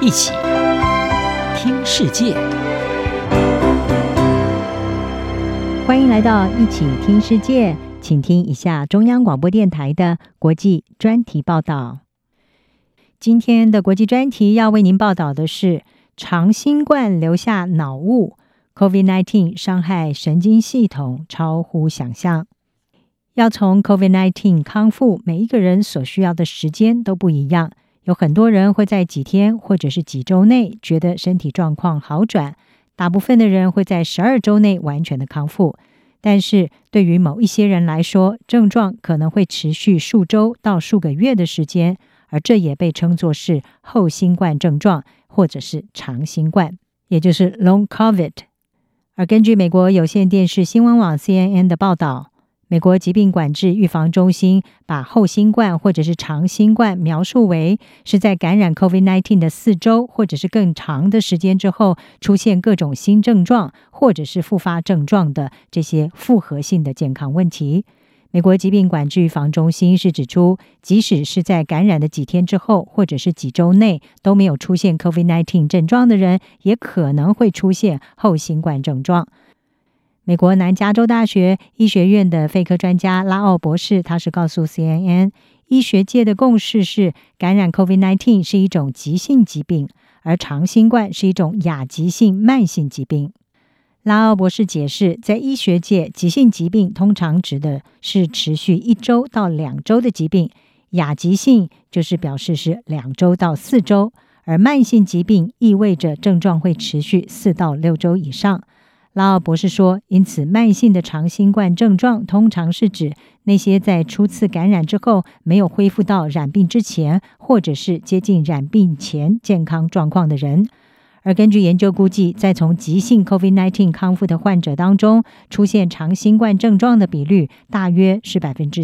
一起听世界。 欢迎来到一起听世界，请听一下中央广播电台的国际专题报道。今天的国际专题要为您报道的是长新冠留下脑雾， COVID-19 伤害神经系统超乎想象。要从 COVID-19 康复，每一个人所需要的时间都不一样，有很多人会在几天或者是几周内觉得身体状况好转，大部分的人会在12周内完全的康复。但是对于某一些人来说，症状可能会持续数周到数个月的时间，而这也被称作是后新冠症状，或者是长新冠，也就是 Long COVID。 而根据美国有线电视新闻网 CNN 的报道，美国疾病管制预防中心把后新冠或者是长新冠描述为是在感染 COVID-19 的4周或者是更长的时间之后，出现各种新症状或者是复发症状的这些复合性的健康问题。美国疾病管制预防中心是指出，即使是在感染的几天之后或者是几周内都没有出现 COVID-19 症状的人，也可能会出现后新冠症状。美国南加州大学医学院的肺科专家拉奥博士，他是告诉 CNN， 医学界的共识是感染 COVID-19 是一种急性疾病，而长新冠是一种亚急性慢性疾病。拉奥博士解释，在医学界，急性疾病通常指的是持续1周到2周的疾病，亚急性就是表示是2周到4周，而慢性疾病意味着症状会持续4到6周以上。拉奥博士说，因此慢性的长新冠症状通常是指那些在初次感染之后没有恢复到染病之前，或者是接近染病前健康状况的人。而根据研究估计，在从急性 COVID-19 康复的患者当中，出现长新冠症状的比率大约是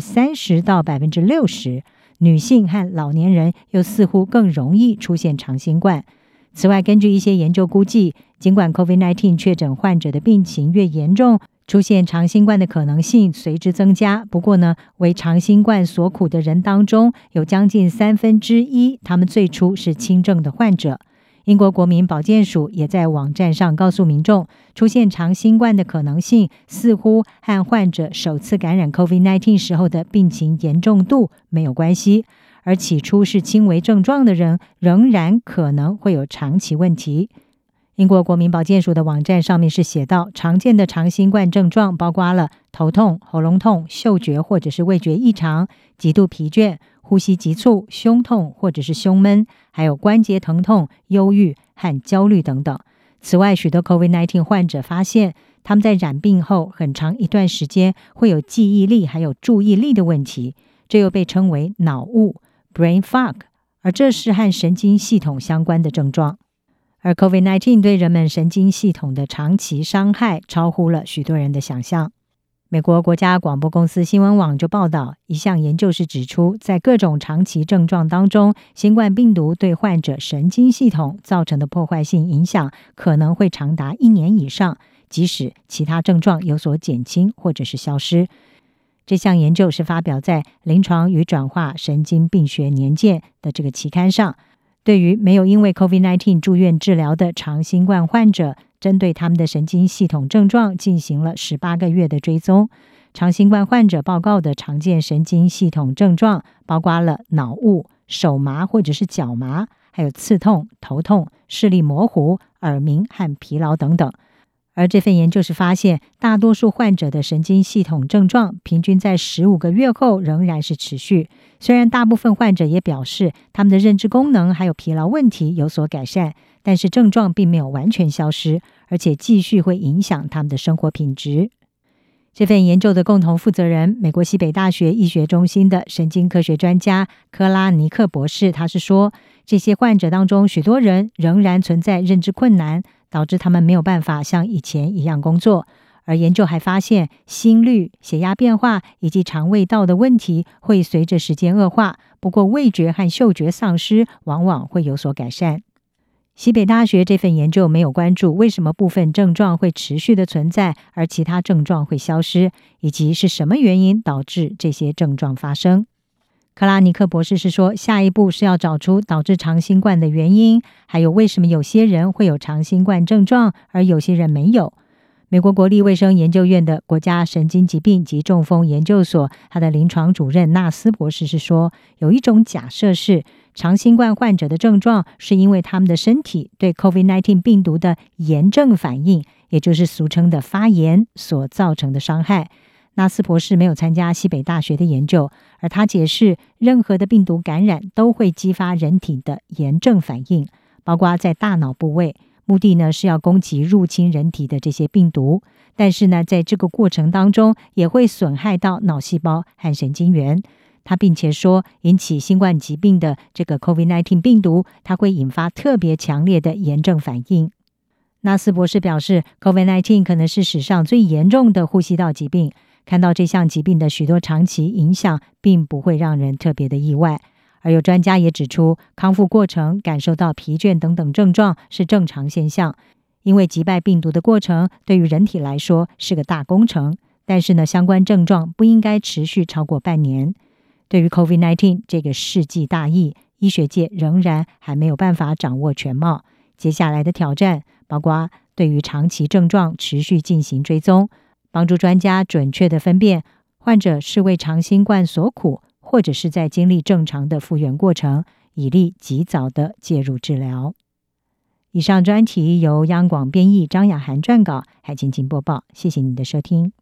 30% 到 60%， 女性和老年人又似乎更容易出现长新冠。此外，根据一些研究估计，尽管 COVID-19 确诊患者的病情越严重，出现长新冠的可能性随之增加。不过呢，为长新冠所苦的人当中，有将近1/3，他们最初是轻症的患者。英国国民保健署也在网站上告诉民众，出现长新冠的可能性似乎和患者首次感染 COVID-19 时候的病情严重度没有关系，而起初是轻微症状的人仍然可能会有长期问题。英国国民保健署的网站上面是写到，常见的长新冠症状包括了头痛、喉咙痛、嗅觉或者是味觉异常、极度疲倦、呼吸急促、胸痛或者是胸闷，还有关节疼痛、忧郁和焦虑等等。此外，许多 COVID-19 患者发现，他们在染病后很长一段时间会有记忆力还有注意力的问题，这又被称为脑雾 （brain fog）， 而这是和神经系统相关的症状。而 COVID-19 对人们神经系统的长期伤害超乎了许多人的想象。美国国家广播公司新闻网就报道，一项研究是指出，在各种长期症状当中，新冠病毒对患者神经系统造成的破坏性影响可能会长达1年以上，即使其他症状有所减轻或者是消失。这项研究是发表在《临床与转化神经病学年鉴》的这个期刊上，对于没有因为 COVID-19 住院治疗的长新冠患者，针对他们的神经系统症状进行了18个月的追踪。长新冠患者报告的常见神经系统症状包括了脑雾、手麻或者是脚麻，还有刺痛、头痛、视力模糊、耳鸣和疲劳等等。而这份研究是发现，大多数患者的神经系统症状平均在15个月后仍然是持续。虽然大部分患者也表示他们的认知功能还有疲劳问题有所改善，但是症状并没有完全消失，而且继续会影响他们的生活品质。这份研究的共同负责人，美国西北大学医学中心的神经科学专家科拉尼克博士，他是说，这些患者当中许多人仍然存在认知困难，导致他们没有办法像以前一样工作。而研究还发现，心率、血压变化以及肠胃道的问题会随着时间恶化，不过味觉和嗅觉丧失往往会有所改善。西北大学这份研究没有关注为什么部分症状会持续的存在，而其他症状会消失，以及是什么原因导致这些症状发生。 克拉尼克博士是说，下一步是要找出导致长新冠的原因，还有为什么有些人会有长新冠症状，而有些人没有。美国国立卫生研究院的国家神经疾病及中风研究所，他的临床主任纳斯博士是说，有一种假设是，长新冠患者的症状是因为他们的身体对 COVID-19 病毒的炎症反应，也就是俗称的发炎所造成的伤害。纳斯博士没有参加西北大学的研究，而他解释，任何的病毒感染都会激发人体的炎症反应，包括在大脑部位，目的呢是要攻击入侵人体的这些病毒，但是呢在这个过程当中也会损害到脑细胞和神经元。他并且说，引起新冠疾病的这个 COVID-19 病毒，它会引发特别强烈的炎症反应。纳斯博士表示， COVID-19 可能是史上最严重的呼吸道疾病，看到这项疾病的许多长期影响并不会让人特别的意外。而有专家也指出，康复过程感受到疲倦等等症状是正常现象，因为击败病毒的过程对于人体来说是个大工程，但是呢，相关症状不应该持续超过半年。对于 COVID-19 这个世纪大疫，医学界仍然还没有办法掌握全貌。接下来的挑战包括对于长期症状持续进行追踪，帮助专家准确地分辨患者是为长新冠所苦，或者是在经历正常的复原过程，以利及早的介入治疗。以上专题由央广编译，张雅涵撰稿，海晴晴播报。谢谢你的收听。